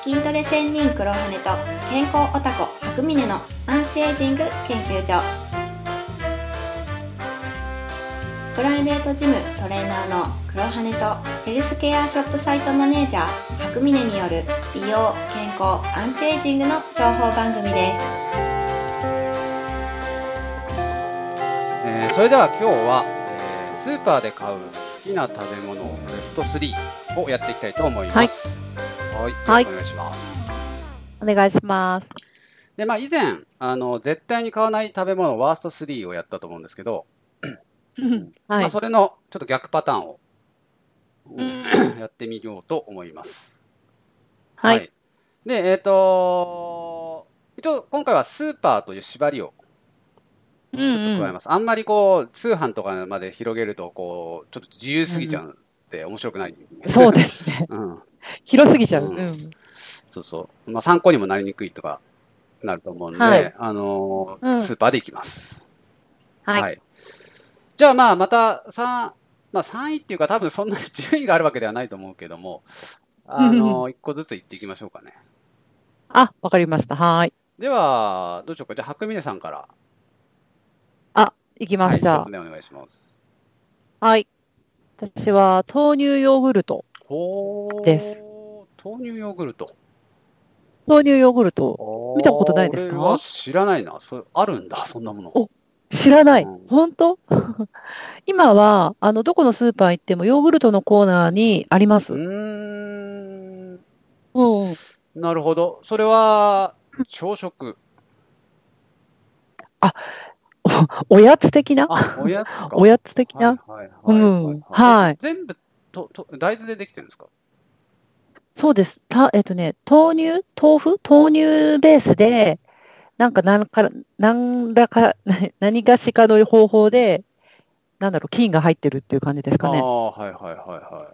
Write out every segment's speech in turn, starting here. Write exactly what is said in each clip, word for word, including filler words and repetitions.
筋トレ専任黒羽と健康オタコ白峰のアンチエイジング研究所。プライベートジムトレーナーの黒羽とヘルスケアショップサイトマネージャー白峰による美容・健康・アンチエイジングの情報番組です。 えー、それでは今日は、えー、スーパーで買う好きな食べ物ベストスリーをやっていきたいと思います。はい、はい、よろしくお願いします。 お願いします。 で、まあ、以前あの絶対に買わない食べ物ワーストスリーをやったと思うんですけど、はいまあ、それのちょっと逆パターンを、うん、やってみようと思います。 はい。はい、 で、えっと一応今回はスーパーという縛りをちょっと加えます。うんうん、あんまりこう通販とかまで広げるとこうちょっと自由すぎちゃうんで面白くない。 うん、そうですね。うん、広すぎちゃう、うんうん。 そうそう。まあ参考にもなりにくいとかなると思うんで、はい、あのーうん、スーパーでいきます。 はい。はい、 じゃあまあまたさん、まあさんいっていうか多分そんなに順位があるわけではないと思うけども、あのー、いっこずついっていきましょうかね。 あ、わかりました。はい。 ではどうしようか。じゃあ白峰さんから。 あ、いきます。じゃあ。 ひとつめお願いします。 はい。私は豆乳ヨーグルトです。 豆乳ヨーグルト。 豆乳ヨーグルト見たことないですか？ 俺は知らないな。それあるんだ、そんなもの。 お、知らない。うん、本当？今はあのどこのスーパー行ってもヨーグルトのコーナーにあります。うーん。 うん。 なるほど。それは朝食。 あ、おやつ的な？ あ、おやつか。 おやつ的な？ はいはいはい、 うん、はい。 全部とと大豆でできてるんですか？ そうです。た、えっとね、豆乳豆腐豆乳ベースで、なんか何から、何らか、何がしかの方法で、なんだろう、菌が入ってるっていう感じですかね。 ああ、はいはいはいはい。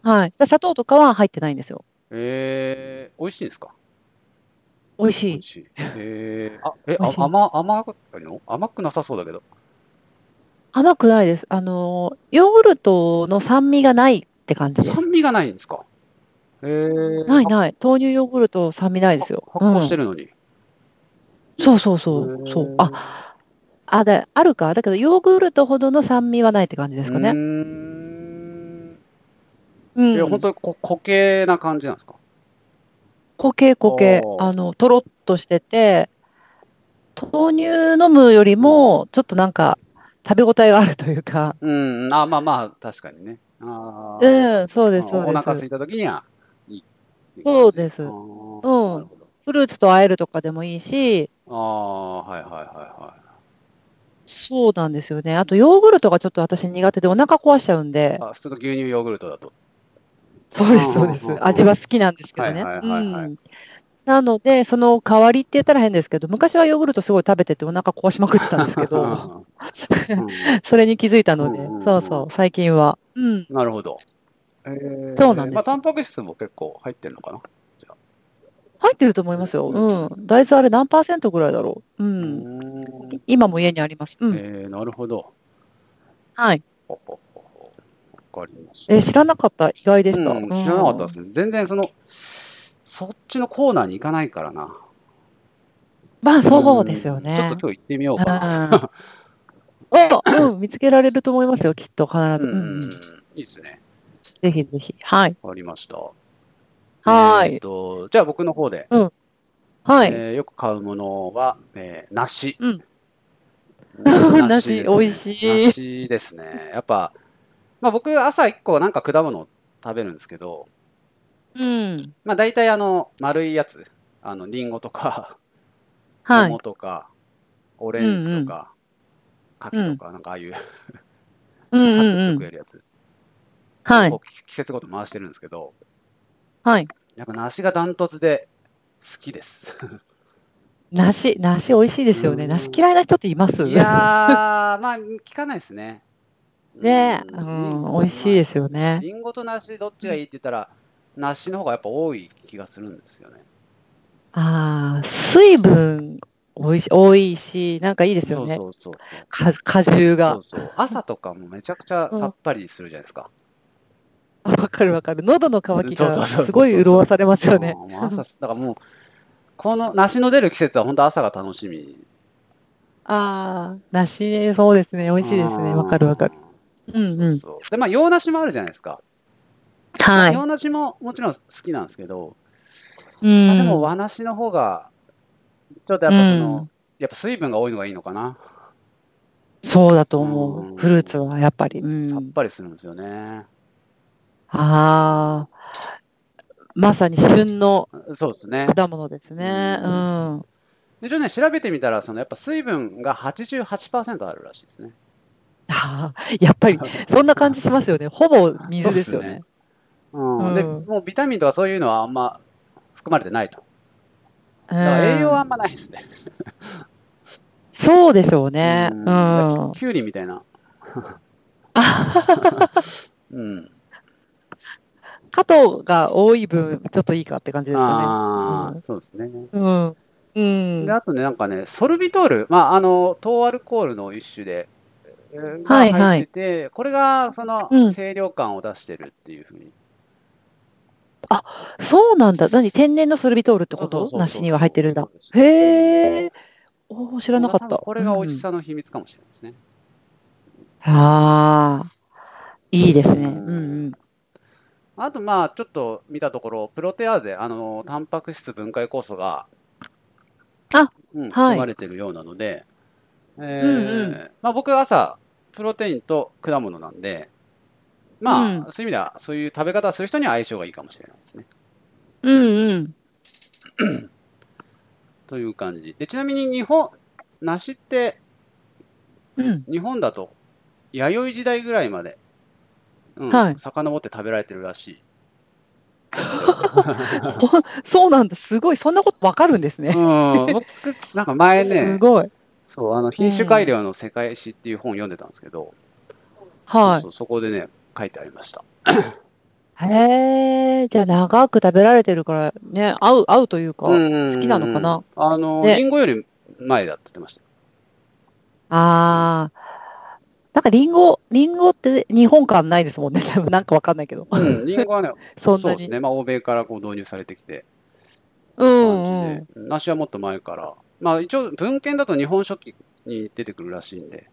はい。砂糖とかは入ってないんですよ。 えー、美味しいんですか？ 美味しい。 美味しい。えー、あ、え、あ甘、甘いの？甘くなさそうだけど。 甘くないです。あの、ヨーグルトの酸味がないって感じです。 酸味がないんですか？えー、 ないない。豆乳ヨーグルト酸味ないですよ。 発酵してるのに。 うん、そうそうそう。そう。あ、あ、で、あるか。だけど、ヨーグルトほどの酸味はないって感じですかね。うーん。うん。え、本当にこ固形な感じなんですか？ 固形固形。あの、とろっとしてて、豆乳飲むよりも、ちょっとなんか、食べ応えがあるというか。 うん、あ、まあまあ、確かにね。あうん、そうです、そうです。 お腹空いた時には、いい。 そうです。うん。フルーツと和えるとかでもいいし。 ああ、はいはいはいはい。 そうなんですよね。あと、ヨーグルトがちょっと私苦手でお腹壊しちゃうんで。 あ、普通の牛乳ヨーグルトだと。 そうです、そうです。味は好きなんですけどね。 はいはいはいはい。うん、 なので、その代わりって言ったら変ですけど、昔はヨーグルトすごい食べててお腹壊しまくってたんですけど、それに気づいたので、そうそう、最近は。うん。 なるほど。えー、 そうなんです。 まあ、タンパク質も結構入ってるのかな？じゃあ入ってると思いますよ。うん。大豆あれ何パーセントぐらいだろう。うん。今も家にあります。うん。 えー、なるほど。 はい。 わかりました。 え、知らなかった。意外でした。 うん、知らなかったですね。全然その、そっちのコーナーに行かないからな。 まあ、そうですよね。 ちょっと今日行ってみようかな。 お、うん、見つけられると思いますよ、きっと必ず。うん、うん。 いいですね。 ぜひぜひ。はい。 わかりました。 はい。 えっと、じゃあ僕の方で。 うん。はい。 えー、よく買うものは、えー、梨。 うん。 梨ですね。 美味しい。 梨ですね。やっぱ、まあ僕朝一個なんか果物を食べるんですけど、 うん。 まあ大体あの丸いやつ、あのリンゴとかはい。 桃とかオレンジとか柿とかなんかああいうサクッと食えるやつをこう季節ごと回してるんですけど、 はい。 やっぱ梨がダントツで好きです。 梨、梨美味しいですよね。梨嫌いな人っています？ いやー、まあ聞かないですね。 ねえ、うん、美味しいですよね。 リンゴと梨どっちがいいって言ったら、梨の方がやっぱ多い気がするんですよね。 ああ、水分おいし多いし、なんかいいですよね。 そうそうそうか果汁が。 そうそう。朝とかもめちゃくちゃさっぱりするじゃないですか。 あ、わかるわかる。喉の渇きがそうそうそうすごいそうそうそう。 潤されますよね。 うんもう朝、だからもう、この梨の出る季節は本当朝が楽しみ。 ああ、梨、そうですね。美味うしいですね。わかるわかる。 ん。 うんうん。 そうそう。で、まあ、洋梨もあるじゃないですか。まあ、 はい。 洋梨ももちろん好きなんですけど、 うまあ、でもん。 和梨の方が、ちょっとやっうぱその、 ん。 やっぱ水分が多いのがいいのかな。 そうだとう思う。フルーツん。 はやっぱり。うさっん。 ぱりするんですよね。 ああ、まさに旬のそうですね。 果物ですうね。うん。 ん。 で、ちょっとね、調べてみたら、そのやっぱ水分がはちじゅうはちパーセントあるらしいですね。 ああ、やっぱり、そんな感じしますよね。ほぼそう水ですね。 ですよね。ううん。で、 ん。 もうビタミンとかそういうのはあんま含まれてないと。 うだから栄養はあんん。 まないですね。 そうでしょううね。うん。だきん。 きゅうりみたいな。 あうん。 加糖が多い分、ちょっといいかって感じですかね。うああ、 ん。 そうですね。 うん。うで、 ん。 あとね、なんかね、ソルビトール、まあ、あの、糖アルコールの一種で、えーが入っはいはい。 てて、これがそのうん。 清涼感を出してるっていうふうに。 あ、そうなんだ。何天然のソルビトールってそうそうことそうそう梨には入ってそう、 るんだ。 そうです。うん。 へえ。おー、知らもうだなかった。 多分これが美味しうん。 さの秘密かもしれないですね。 ああ、いいでうすね。うんん。 うん。 あとまあちょっと見たところ、プロテアーゼ、あの、タンパク質分解酵素が、 あ、 うん、含はい。 まれてるようなので、 うんうん。 えー、まあ僕朝、プロテインと果物なんで、 うん。 まあそういう意味では、そういう食べ方する人には相性がいいかもしれないですね。 うんうん。 という感じ。で、ちなみに日本、梨ってうん。 日本だと弥生時代ぐらいまで、うん、 はい。 遡って食べられてるらしいですよ。 ほそうなんだ。すごい。そんなことわかるんですね。 うん、僕、なんか前ね、 すごい。 そう、あの、 う品種改ん。 良の世界史っていう本を読んでたんですけど、そうはい。 そう、そこでね、書いてありました。 へえ。じゃあ長く食べられてるからね、合う、合うといううんか、好きなうんうんうん。 のかな。 あの、リね。 ンゴより前だって言ってましたよ。 ああ。なんかリンゴ、リンゴって日本感ないですもんね。多分なんかわかんないけど。 うん、リンゴはね、 そんなに。 そうですね。まあ、欧米からこう導入されてきてうる感じで、 んうん。 梨はもっと前から。まあ、一応、文献だと日本書紀に出てくるらしいんで。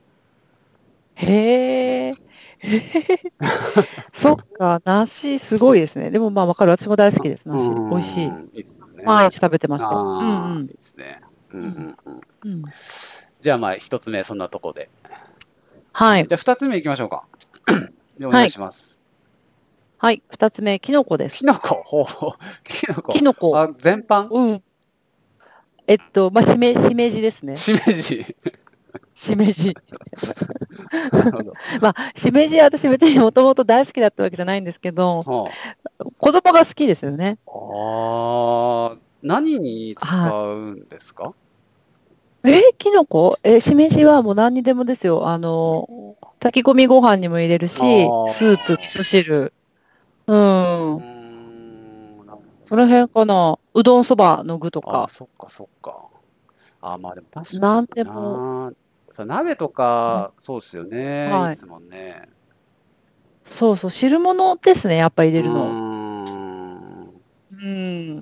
へえ。へへそっか、梨すごいですね。でもまあわかる。私も大好きです、 う梨。美味しい。 ん、いいっすね。 毎日食べてました。うんうああ、 ん。 いいっすね。うんううん。 んうん。 うん。 じゃあまあ、一つ目、そんなとこで。 はい。 じゃあ、二つ目いきましょうか。で、お願いはい。 します。 はい。二つ目、キノコです。 キノコ、ほうほう、キノコ。 キノコ。 あ、全般うん。えっと、まあ、しめ、しめじですね。 しめじ。 しめじ。 なるほど。 まあ、しめじは私別にもともと大好きだったわけじゃないんですけど、 は子供が好きですよね。 あ、あー何にはい。 使うんですか？ え、キノコえ、しめじはもう何にでもですよ。あの、炊き込みご飯にも入れるあし、スープ、味あ、 噌汁。ううーん。 ん、なるほその辺かな。うどんそばの具とど。ああ、 か。 そっかそっか。ああ、まあでも確かになんでも。 な。さ、鍋となか、そうっすよね。いいっはい。 すもんね。 そうそう、汁物ですね、やっぱ入うれるの。 ーん。 うん。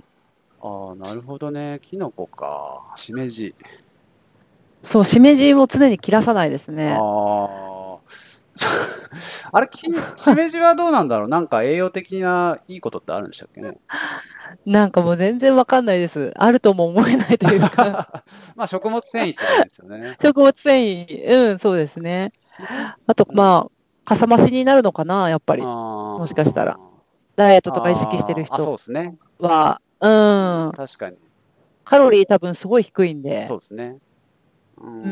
ああ、なるほどね。キノコか。しめじ。 そう、しめじも常に切らさないですね。 ああ。あれ、き、しめじはどうなんだろう。なんか栄養的ないいことってあるんでしたっけね。 なんかもう全然わかんないです。あるとも思えないというか、 まあ、食物繊維って感じですよね。 食物繊維、うん、そうですね。 ひれ、 あと、 うん。 まあ、かさ増しになるのかな、やっぱり。もしかしたら。 あダイエットとか意識してあ、ああ、あ、そる人うですね。 は、ううん、 ん、 確かに。 カロリー多分すごい低いんで。 そうですね。ううん、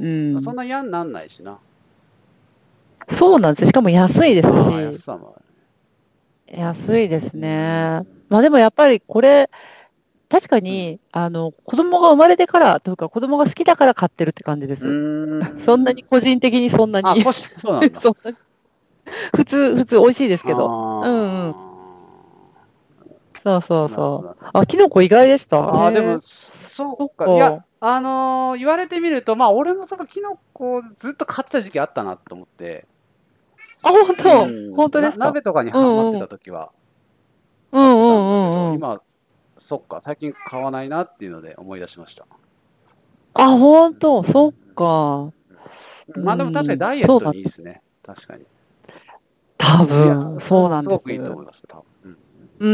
うん。そんん。 な嫌になんないしな。 そうなんです。しかも安いですああ、安し、 さもある。 安いですうん。 ね。まあでもやっぱりこれ、確かに、あの、子供が生まれてからというか、子供が好きだから買ってるって感じでうす。そんなにーん。 個人的にそんなあ、 にこし、そうなんだ。 そんなに普通、普通美味しいですけど。うんうん。 あそうそあ、 うそう。 なるほど。 あ、キノコ意外でした。 ああ、でも、 へえ、 そそそっうか。いや、 か。 あのー言われてみると、まあ、俺もそのキノコをずっと買ってた時期あったなと思って。 あ、本う当ん。 本当ですか？ な鍋とかにうんハマってうん。 た時はうん買ってたんだけうんうど、 んうん。 今、そっか、最近買わないなっていうので思い出しました。 あ、本当そっか。うまあでも確かにん、 ダイエットそうなんです。 にいいですね。確かに。 多いや、 分、 す、 そうなんすごくいいとです。 思います、多分。 うん、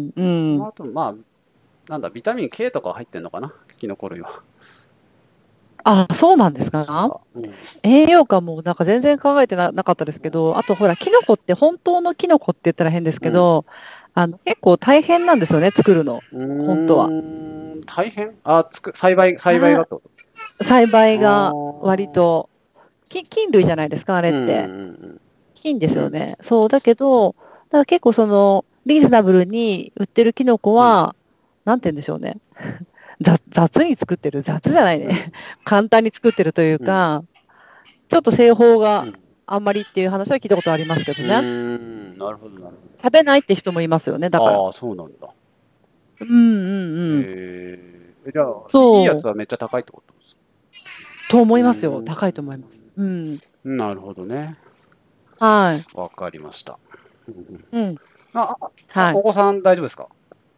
ううん。まあ、 ん。 あと、まあ、なんだ、ビタミン K とか入ってんのかな、キノコ類は。 あ、そうなんですか？ 確か。うん。 栄養価もなんか全然考えてな、なかったですけど、あとほら、キノコって本当のキノコって言ったら変ですうん。 けど、あの、結構大変なんですよね、作るの。 う本当は。 ーん、大変あ、つく、栽培、栽培がはってこ栽と？ 培が割ああと、き菌類じゃないですか、あれー、うって。 ん、 菌ですうん、うん。 よね。そう、だけど、だから結構その、リーズナブルに売ってるキノコうん、 は、なんて言うんでしょうね。雑、雑に作ってる。雑じゃないね。 うん、 簡単に作ってるといううん、 か、ちょっと製法がうん。 あんまりっていう話は聞いたことありますけうどね。 ーん、なるほど、なる食べないって人もいますよね、だから。 ほど。ああ、そうなんだ。 うんうんうん。 えー、えじゃあ、いいやそう、 つはめっちゃ高いってことですか？ と思ういますよ。 ー高いと思います。うん。 ん、なるほどね。 はい。 わかりました。うんうん。 うん。 あ、あ、あはい。 お子さん大丈夫ですか？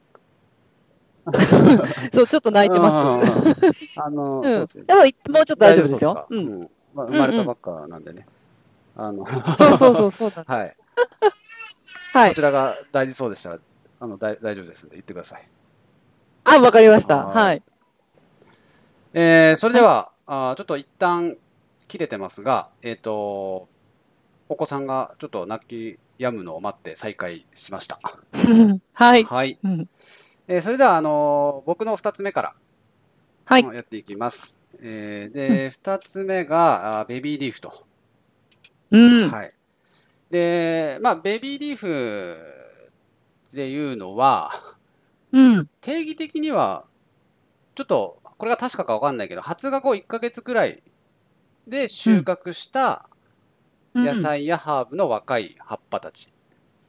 そう、ちょっと泣いてます。 うん、あの、 うん。 そうですね。 でも、もうちょっと大大丈丈夫ですよ。 夫そうですか？ うん。 うん。まあ、生うんうん。 まれたばっかなんでね。あのそうそうそう、そうなんです。 はい。 はい。 そちらが大事そうでしたら、あの、大大丈夫ですんで言ってください。 あ、わかりました。 はい。 はい。 えー、それはい。 では、あー、ちょっと一旦切れてますが、えっと、お子さんがちょっと泣き止むのを待って再開しました。 はい。 はい。 うん。 えーそれでは、あのー僕の二つ目からはい。 うんやっていきます。えーうん。 で、二つ目が、あーベビーリーフと。 うん。 はい。で、まあ、ベビーリーフっていうのは、 うん。 定義的には、ちょっと、これが確かかわかんないけど、発芽後いっかげつくらいでうん。 収穫した野うん。 菜やハーブの若い葉っぱたち。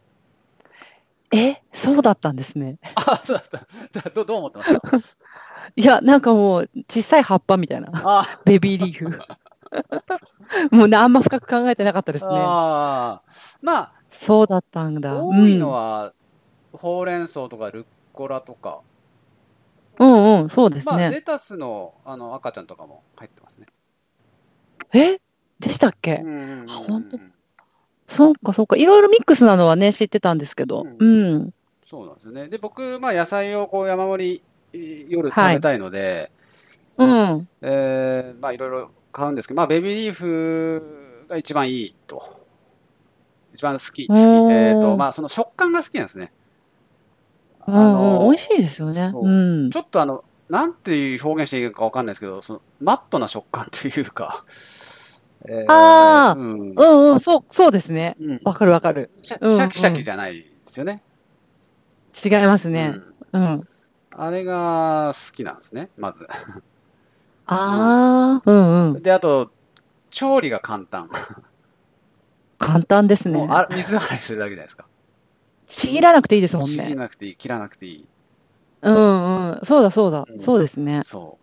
え、そうだったんですね。 あ、そうだった。どどう思ってました？ いや、なんかもう、小さい葉っぱみたいな。 あベビーリーフ。もうね、あんま深く考えてなかったですね。 あー、まあ、 そうだったんだ。う多いのん。 は、ほうれん草とかルッコラとか、 うんうん、そうですまあ、 ね。 レタスの、あの赤ちゃんとかも入ってますね。 えでしたっけ？ うんうんうんあ、本当。 うんそうか、そうか。いろいろミックスなのはね、知ってたんですけど。 うん。うんうん。 うん。 そうなんですよね。で、僕、まあ、野菜をこう山盛り夜食はい。 べたいので、 うん。 えーまあ、いろいろ買うんですけど、まあ、ベビーリーフが一番いいと。一番好き、 う好き。えっと、 ーん。 まあ、その食感が好きなんですね。あうんうん。美味しの、 いですよね。うそう。 ん。 ちょっとあの、なんていう表現していいかわかんないですけど、その、マットな食感というか、えー、 ああ、 うん、 うんうん。そう、そうですね。 うん。 わかるわかる。 シャうんシャキシャうん。 キじゃないですよね。 違いますね。 うん。 うん。 あれが好きなんですね、まず。うああ、うんうん。 ん。 で、あと、調理が簡単。 簡単ですもう、 ね。 あ、水洗いするだけじゃないですか。 ちぎらなくていいですもんちぎね。 らなくていい、切らなくていい。 うんうん。そうだそうだ。 うん。 そうですね。 そう。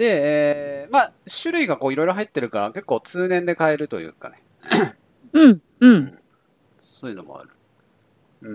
で、えーまあ、種類がこういろいろ入ってるから結構通年で買えるというかね。 うん、うん。 そういうのもある。うん。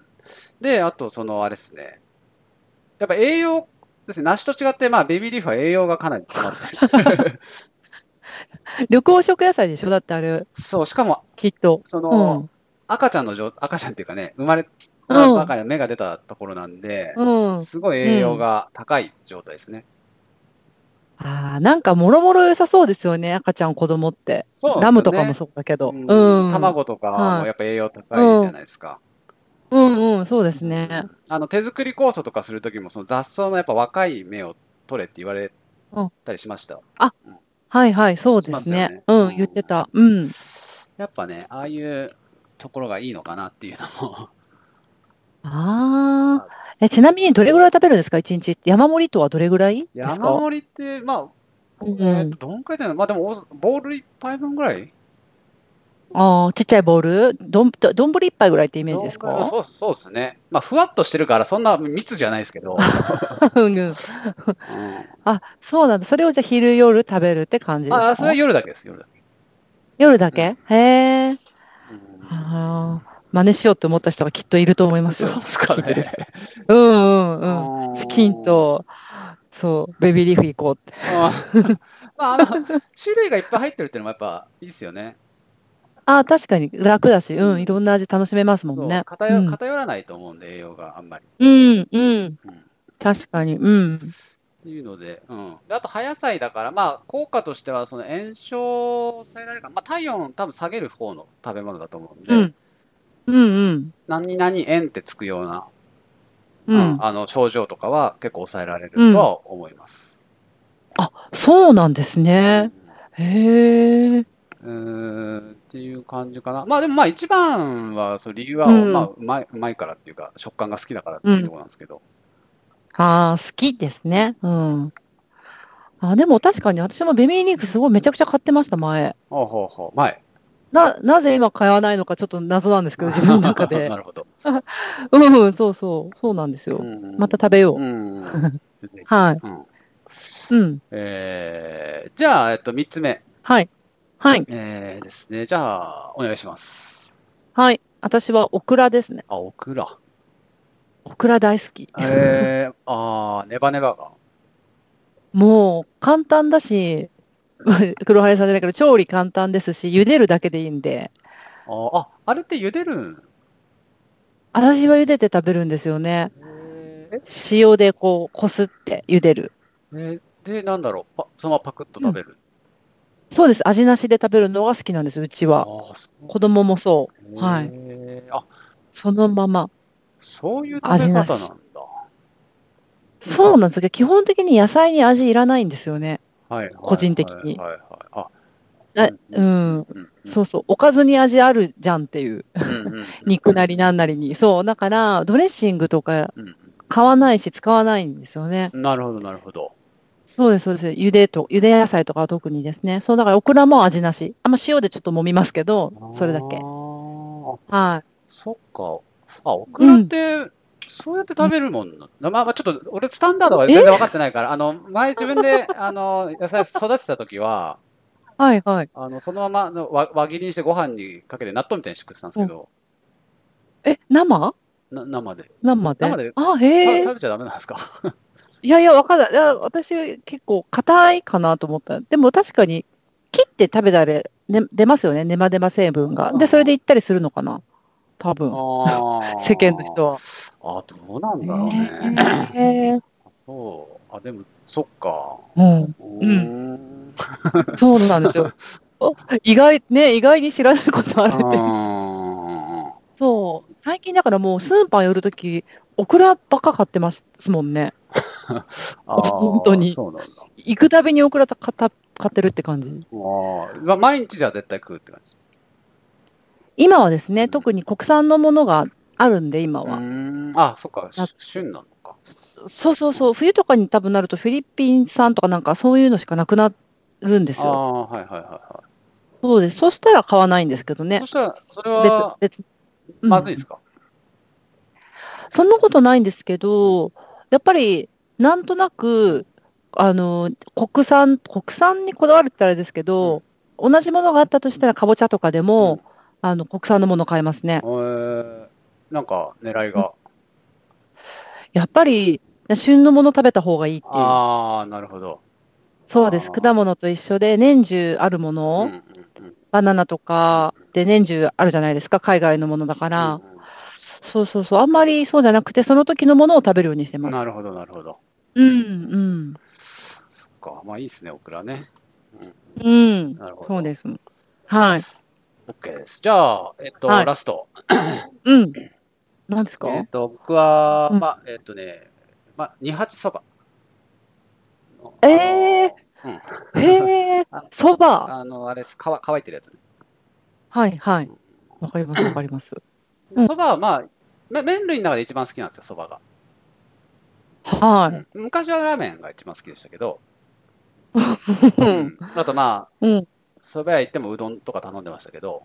で、あと、その、あれですね。やっぱ栄養ですね。梨と違って、まあ、ベビーリーフは栄養がかなり詰まってる。 緑黄色野菜でしょだってあれ、 そう、しかも、 きっと。 その、 うん。 赤ちゃんの状、赤ちゃんっていうかね、生まれたうん。 ばかりの芽が出たところなんで、 うん。 すごい栄養うん。 が高い状態ですね。 ああ、なんかもろもろ良さそうですよね。赤ちゃん、子供って。 そうでラすよね。 ムとかもそうだけど。ううん、 ん。 卵とかもはい。 やっぱ栄養高いじゃうん。 ないですか。 うんうん。そうですね。 うん、あの手作り酵素とかするときもその雑草のやっぱ若い芽を取れって言われうん。 たりしました。 あ、 うん、 はいはい。そうしですね。 ますよね。ううん。言ってん。 た。うん。 やっぱね、ああいうところがいいのかなっていうのもああ。 ある。 え、ちなみにどれぐらい食べるんですか一日って？山盛りとはどれぐらいですか？ 山盛りって、まうあ、えっと、 ん。 どんくらいだよ。まあでも、おボール一杯分ぐらいああ、ちっちゃいボールどん、どんぶり一杯ぐらいってイメージどんぐらい、 ですか？ そう、そうですね。まあ、ふわっとしてるから、そんな密じゃないですけど。 うん。 うん。 あ、そうなんだ。それをじゃあ昼夜食べるって感じでああ、それはすか？ 夜だけです、夜だけ。 夜だけ、へえ。 うんああ、真似しようって思った人がきっといると思いますよ。 そうですか聞いてるね。 人。うんうあんうん。チキンーと、そう、ベビーリーフ行こうって。 あー、まあ、あの、種類がいっぱい入ってるっていうのもやっぱいいですよね。 ああ、確かに楽だし、うん、いうん。 ろんな味楽しめますもんそう、 ね。 偏、 うん。 偏らないと思うんで、栄養があんまり。 うん、うん。 うん。っ確かに、うん。 ていうので、うん。で、あと、葉野菜だから、まあ、効果としては、その炎症を抑えられるかな、まあ、体温多分下げる方の食べ物だと思うんで、 うん、うん、うん。 何々炎ってつくような、うん、 うん、 あの、症状とかは結構抑えられるうん。 とは思います。 あ、そうなんですね。 うん。 へえ。 うーん、っていう感じかな。まあでもまあ一番は、そう理由は、おまあうん、 うまい、うまいからっていうか、食感が好きだからっうん。 ていうところなんですけど。 ああ、好きですうん。 ね。うん。あ、でも確かに私もベビーリーフすごいめちゃくちゃ買ってました、前。 ほうほうほう。前。 な、なぜ今買わないのかちょっと謎なんですけど、自分の中で。 なるほど。 うん、そうそう、そうなんですうよ。またん。 食べようう。 ん。ぜひ。 はい。 うん。 うん。 えー、じゃあ、えっと、みっつめ。 はい。はい。 えーですね。じゃあ、お願いします。 はい。私はオクラですね。 あ、オクラ。 オクラ大好き。 えー、あー、ネバネバが。 もう簡単だし、黒羽さんじゃないけど、調理簡単ですし、茹でるだけでいいんで、 あー、あ、あれって茹でるん？ 私は茹でて食べるんですよね。 えー、 塩でこう、こすって茹でる。 えーで、なんだろう。パそのままパクッとうん。 食べる。 そうです。味なしで食べるのが好きなんです、うちは。 ああ、そ子供もそう。 う。はい。 へえ。あ、 そのまま、 そういう食べ味なし。 方なんだ。 そうなんですよ。基本的に野菜に味いらないんですよね。 はいはい個人はい的に。 はいはい。あ、うな、 んううんうんん。 うんうん。 そうそう。おかずに味あるじゃんっていう。 うんうんうん肉なりなんなりに。そう。だから、ドレッシングとかうん買わないし、使わないんですよね。 うん。なるほどなるほど。 そうです、そうです。茹でと、茹で野菜とかは特にですね。そう、だからオクラも味なし。あんま塩でちょっと揉みますけど、 あそれだけ。 ーあ、 はそっか。あ、オい。 クラっうん。 て、そうやってうん。 食べるもんなんだ。まあまあちょっと、俺スタンダードが全然分かえ、 ってないから、あの、前自分で、あの、野菜育てた時は、 はいはい。 あの、そのままあの輪輪切りにしてご飯にかけて納豆みたいにして食ってたんですうん。 けど、 え、生な、生で。 生で、 生であ、 たへえ。 食べちゃダメなんですか？ いやいや、わかんない。いや、私結構硬いかなと思った。でも確かに切って食べたら、ね、出ますよね。ネマネマ成分が。で、それでいったりするのかな多あ分。世間のあ、 人は。 あ、どうなんだろうへね。 え。 そう。あ、でも、そっか。 うん。 ううん。 ーん。 そうなんですよ。お、意外、ね、意外に知らないことあうーるって。 ん。 そう。最近だからもうスーパー寄るとき、オクラばっか買ってますもんね。本当ああ、 に。 そうなんだ。 行くたびにオクラた買った買ってるって感じ。 ああ、まあ、毎日じゃ絶対食うって感じ。 今はですね、 うん。 特に国産のものがあるんで、今うは。 ーん。あ、そっか。し夏。 旬なのか。 そそうそううん。 そう。冬とかに多分なるとフィリピン産とかなんかそういうのしかなくなるんですよ。 ああ、はいはいはいはい。 そうです。そしたら買わないんですけどね。 そしたら、それ別、 は、 別。うん。 まずいんですか？ そんなことないんですけうん。 ど、やっぱり、なんとなうん。 く、あの、国産、国産にこだわるって言ったらあれですけうん。 ど、同じものがあったとしたら、かぼちゃとかでうん。 も、あの、国産のもの買いますね。 えー、なんか狙いうん。 が。 やっぱり、旬のもの食べた方がいいっていう。 ああ、なるほど。 そうです。 ああ、 果物と一緒で、年中あるもの、 うんうんうんバナナとかで年中あるじゃないですか、海外のものだかうんら。そうそうそう。あんまりそうじゃなくて、その時のものを食べるようにしてうん。 ます。 なるほど、なるほど。 うん、うん。 そっか。まあいいっすね、オクラね。うん。 うん。 なるほど。 そうです。はい。 OK です。じゃあ、えっと、 はい。 ラスト。 うん。何ですか？ えっと、僕は、 うん。 まあ、えっとね、まあ、二八そばの、 えあえの、うん。 ー、へえ、 あの、 そば。 あのあれです。かわ、乾いてるやつね。 はい、はい。わかります、わかります。うん。 そばは、まあ、め麺類の中で一番好きなんですよ、そばが。 はい。 うん。昔はラーメンが一番好きでしたけど、ううん。 ん。あとまあ、 うん。 蕎麦屋行ってもうどんとか頼んでましたけど、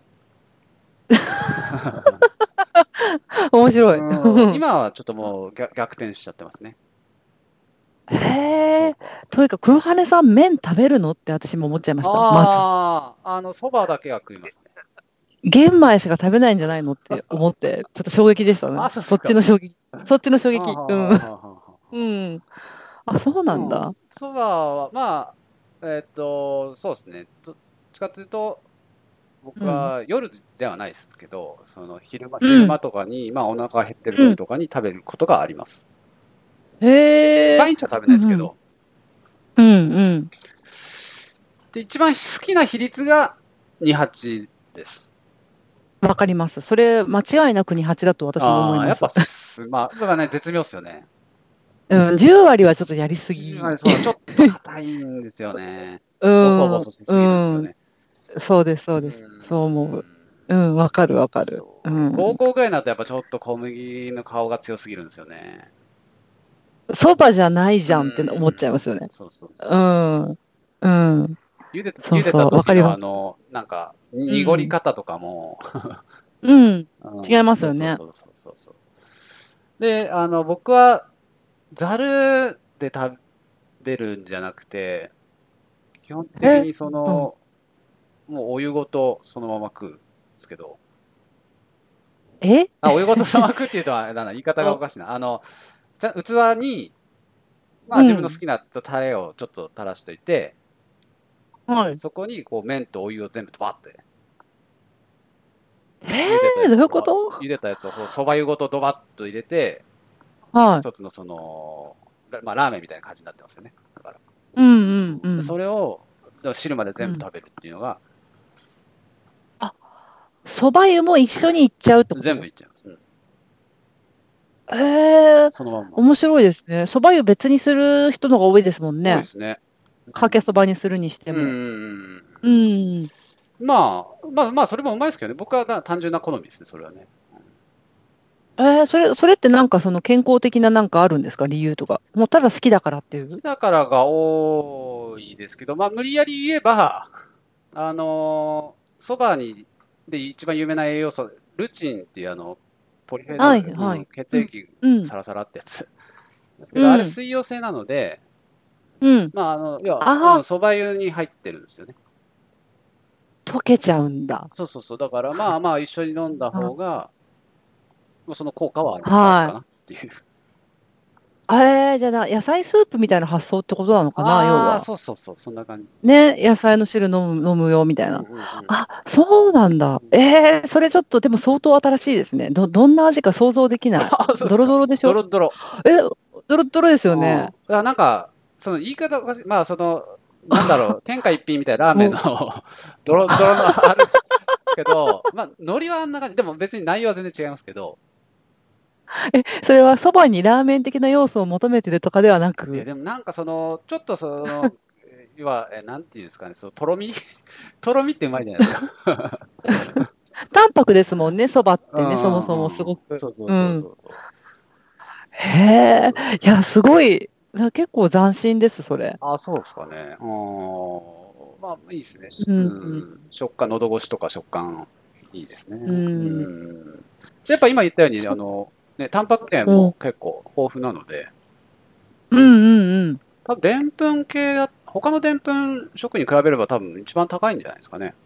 面白い。 うん、今はちょっともう逆逆転しちゃってますね。 へえ。 そば。 というか、黒羽さん、麺食べるのって私も思っちゃいました。まず。 ああ、あの、そばだけは食いますね。 玄米しか食べないんじゃないのって思って、ちょっと衝撃でしたね。 あ、そうっそっちすか。 の衝撃。そっちの衝はあは撃。 あうん。 はあはあはあ。 うん。あ、そうなんうん。 だ。 そばは、まあ、えっと、そうですね。どっちかというと、僕うん。 は夜ではないですけど、その昼間、 うん。 昼間とかに、まあお腹減ってるうん。 時とかに食べることがあります。 へえ。 毎日は食べないですうんうん。 けど、 うんうん。 で、一番好きな比率がにはちです。 わかります。それ、間違いなくにはちだと私も思ああ、やっぱいます。 す、まあ、だからね、絶妙ですよね。 うん、じゅう割はちょっとやりすぎ。 じゅうそう、ちょっと硬いんですよね。 うボソボん、 ソしすぎるんですようん。 ね。 そうです、そううです。そう思う。 ーん。 うん、わかる、わかる。うそう。 ん。 高校ぐらいになるとやっぱちょっと小麦の顔が強すぎるんですよね。 そばじゃないうじゃんって思っん。 ちゃいますよね。 そうそうそうそう。 うん。うん。 茹でた、茹でたそうそう、わ時のかります。 あの、なんか、 う濁りん。 方とかも、 うん。違いうん、そうますよね。 そうそうそうそうそう。で、あの、僕は、ざるで食べるんじゃなくて、基本的え、 にそうん。 の、もうお湯ごとそのまま食うんですけど、 えあ、お湯ごとそのまま食うっていうと、あれだな、言い方がおおかしいな。あの、じゃ、器に、まあ自分の好うん。 きなタレをちょっと垂らしといて、 はい。 そこにこう麺とお湯を全部バッて、 え茹でたやー、どういうつを、 こと茹でたやつをこうそば湯ごとドバッと入れて、 はい。 一つのその、まあラーメンみたいな感じになってますよね。だから。 うんうんうでん。 それを、汁までうん。 全部食べるっていうのが、 あ、蕎麦湯も一緒に行っちゃうってこ全部と？ いっちゃいます。うん。 へえ、 そのまんま。 面白いですね。蕎麦湯別にする人の方が多いですもんね。 多いですね。 かけそばにするにしてうん。うんも。 うんうん。 うん。 まあ、まあまあ、それもうまいですけどね。僕は単純な好みですね、それはね。 えー、それ、それってなんかその健康的ななんかあるんですか？理由とか。もうただ好きだからっていう。 好きだからが多いですけど、まあ、無理やり言えば、あのー、そばに、で一番有名な栄養素、ルチンっていうあの、ポリフェノーはい、 ル、うん、 はい。うん、 血液うん、 サラサラってやつ。ですけど、あれうん、 水溶性なので、 うん。 まあ、あの、いや、うん、 ああ、 そば湯に入ってるんですよね。 溶けちゃうんだ。 そうそうそう。だからまあまあ、一緒に飲んだあ方が、その効果はある、あるかはい。 なっていう。 えー、じゃあな、野菜スープみたいな発想ってことなのかな、要ああ、 は。 そうそうそう、そんな感じですね。 ね、野菜の汁飲む、飲むよ、みたいうんな。 うんうん。 あ、そうなんだ。 うん、 えー、それちょっとでも相当新しいですね。ど、どんな味か想像できない。 あ、そうでドすか。 ロドロでしょ？ ドロッドロ。 え、ドロドロですうん。 よね。 いや、なんか、その言い方おかしい。まあ、その、なんだろう、天下一品みたいなラーメンのもう、 ドロドロのあるけど、まあ、海苔はあんな感じ。でも別に内容は全然違いますけど、 え、それはそばにラーメン的な要素を求めてるとかではなえ、 く、 でもなんかその、ちょっとその、え要は、え、なんていうんですかね、その、とろみとろみってうまいじゃないですか。 淡白ですもんね、そばっうんてね、そもそもうんうん。 すごく。 そうそうそうそうん。 うそう。 へえ、いや、すごい、な結構斬新です、それ。 あ、そうですかね。うん。まあ、いいですね。 うん、 うん。食感、喉越しとか食感、いいですね。 ううん、 ん。でやっぱ今言ったように、あその、ね、タンパク源うん、 も結構豊富なので、 うん、うん、うん。 多分でんぷん系だ、他のでんぷん食に比べれば多分一番高いんじゃないですかね。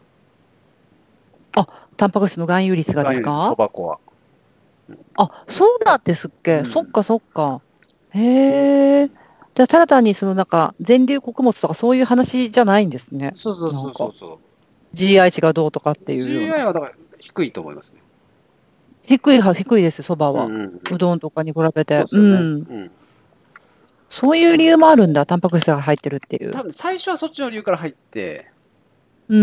あ、タンパク質の含有率が岩塩率、そですか？ ば粉は。 あ、そうなんですっけ。そっうん。 か、そっか。へえ。じゃあ、ただ単にそのなんか、全粒穀物とかそういう話じゃないんですね。 そうそうなんか、 そうそうそう。 ジーアイ 値がどうとかっていうような。 ジーアイ はだから低いと思いますね。 低いは低いです、そばは。 うんうんうん。 うどんとかに比べて。 そうですよね。 うん。 うん。 そういう理由もあるんだ、タンパク質が入ってるっていう。 多分最初はそっちの理由から入って、 うん。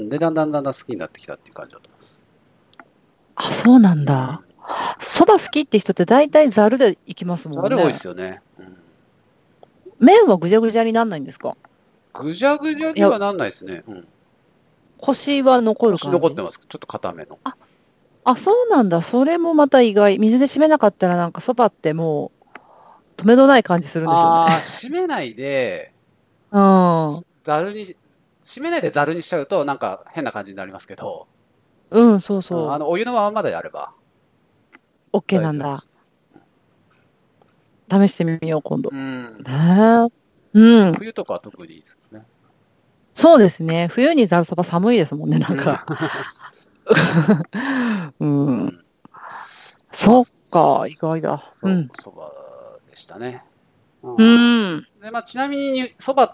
うん。で、だんだんだんだん好きになってきたっていう感じだと思います。 あ、そうなんうん。 だ。そば好きって人って大体ざるでいきますもあれ多いっんね。 すよね。うん。 麺はぐじゃぐじゃになんないんですか？ ぐじゃぐじゃいや、 にはなんないですね。うん。 コシは残る腰感じ？ 残ってます。ちょっと硬めの。 あ、あ、そうなんだ。それもまた意外。水で締めなかったらなんかそばってもう止めどない感じするんですよね。 あー、締めないで、 うん。 ざるに、締めないでざるにしちゃうとなんか変な感じになりますけど、 うん、そううん、あそう。 の、お湯のままであれば OK なんだ。 大丈夫です。 試してみよう、今度。 うん。 ねえ。うん。 冬とかは特にいいですよね。 そうですね。冬にざるそば寒いですもんね、なんうん。 か。う。 うんん。まあ、 そっか、意外だ。うそん。 う、そばでしたね。ううん。 ん。 で、まあ、ちなみにそばって、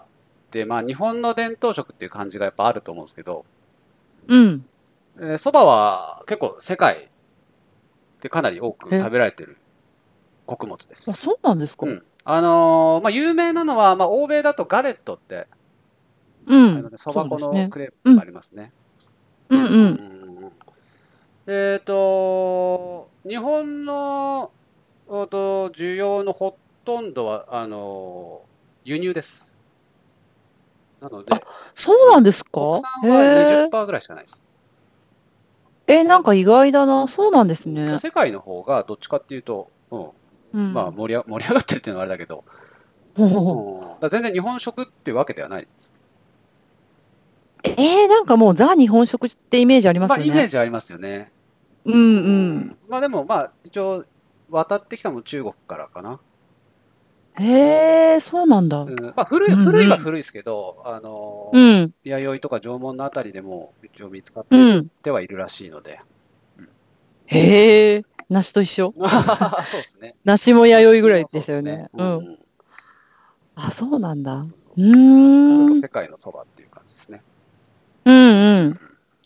まあ、日本の伝統食っていう感じがやっぱあると思うんですけど、 うん。 そばは結構世界でかなり多くえ、 食べられてる穀物であ、そす。 うなんですか。 うん。あのーまあ、有名なのは、まあ、欧米だとガレットってうん。 ありますね。そば粉そうですね。 のクレープとかあうん。 りますね。 うんうんううん。 んうん。えっと、日本のおと需要のほとんどは、あのー輸入です。なのあ、 で、 そううん、 なんですか。 国産へはえ。 にじゅっパーセントぐらいしかないです。 え、なんか意外だな。そうなんですうん、 ね。 世界の方がどっちかっていうと、うん、まあうん。 盛りあ盛り上がってるっていうのはあれだけど、 ほほほ。 うん、だから全然日本食っていうわけではないです。 えー、なんかもうザ日本食ってイメージありままあすよね。 イメージありますよね。 うんううん。 ん、まあでもまあ一応渡ってきたのも中国からかな。 へえ、そうなんだ。ううん、まあ古い、 んうん。 古いは古いですけど、あうのん。 ー弥生とか縄文のあたりでも一応見つかっうん。 てはいるらしいので。 へえ、梨と一緒。 そうですね。 梨も弥生ぐらい梨もそうですね。 でしたよね。 ううん。 ん。 あ、そうなんだ。 そうそうそう。 う結構ーん。 世界のそばっていう感じですね。 うんうん。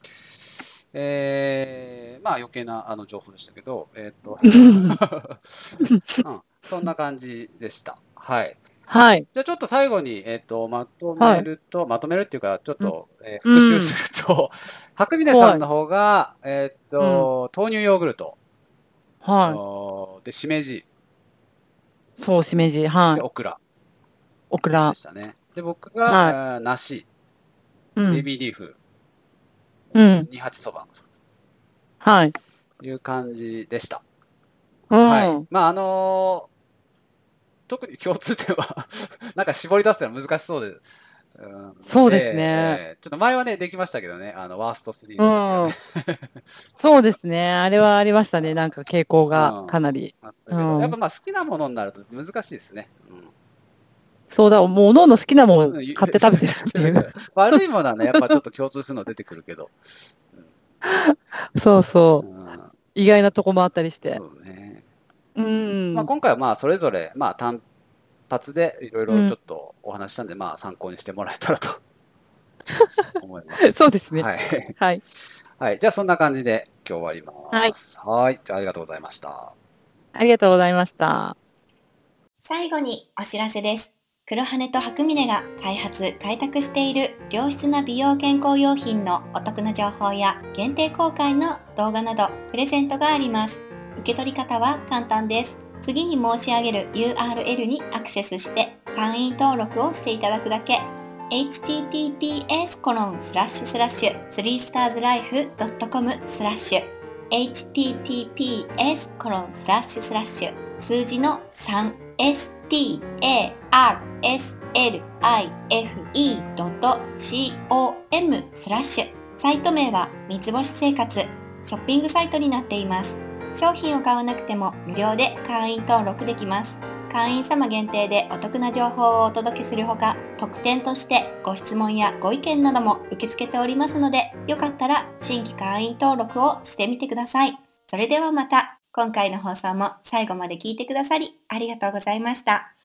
えー、まあ余計なあの情報でしたけど、えっと、うん、そんな感じでした。はい。 はい。 じゃあちょっと最後に、えっと、まとはい。 めると、まとめるっていうか、ちょっうん。 と、えー復習うん。 すると、白峰さはい。 んの方が、えっうん。 と、豆乳ヨーグルト、 はい。 おーで、しめじ、 そう、しめじ。はで、 い。 オクラオクラ。 でしたね。で、僕はい。 が、あー梨、ベうん。 ビーリーフ、 うん。 二八そばはい。 という感じでした。 うはい。 ん。 まあ、あのー特に共通点はなんか絞り出すのは難しそうで、うんのそうですで、 ね。 えーちょっと前はね、できましたけどね、あの、ワーストスリーうの時はね。 ん。そうですね。あれはありましたね。なんか傾向うん。 がかなり。 あったけど、やっうん。 ぱまあ好きなものになると難しいですね。 そうだ、もう、おのおの好きなもんうん。うん、ゆ買って食べてるっていう。 悪いものはね、やっぱちょっと共通するの出てくるけど。 そうそう。 うん。 意外なとこもあったりして。 そうね。 うまあん。 今回はまあそれぞれ、まあ単発でいろいうん。 ろちょっとお話ししたんで、まあ参考にしてもらえたらと思いまそうです。 すね。 はい。 はい。 はい。じゃあそんな感じで今日終わりはい。 ます。はい。じゃあありがとうございました。 ありがとうございました。 最後にお知らせです。黒羽と白峰が開発・開拓している良質な美容健康用品のお得な情報や限定公開の動画などプレゼントがあります。受け取り方は簡単です。次に申し上げる ユーアールエル にアクセスして会員登録をしていただくだけ。エイチティーティーピーエスコロンスラッシュスラッシュスリースターズライフドットコムスラッシュ エイチティーティーピーエスコロンスラッシュスラッシュ数字の スリーエスティーエーアールエスエルアイエフイードットコム スラッシュサイト名は三つ星生活ショッピングサイトになっています。商品を買わなくても無料で会員登録できます。会員様限定でお得な情報をお届けするほか、特典としてご質問やご意見なども受け付けておりますので、よかったら新規会員登録をしてみてください。それではまた、今回の放送も最後まで聞いてくださりありがとうございました。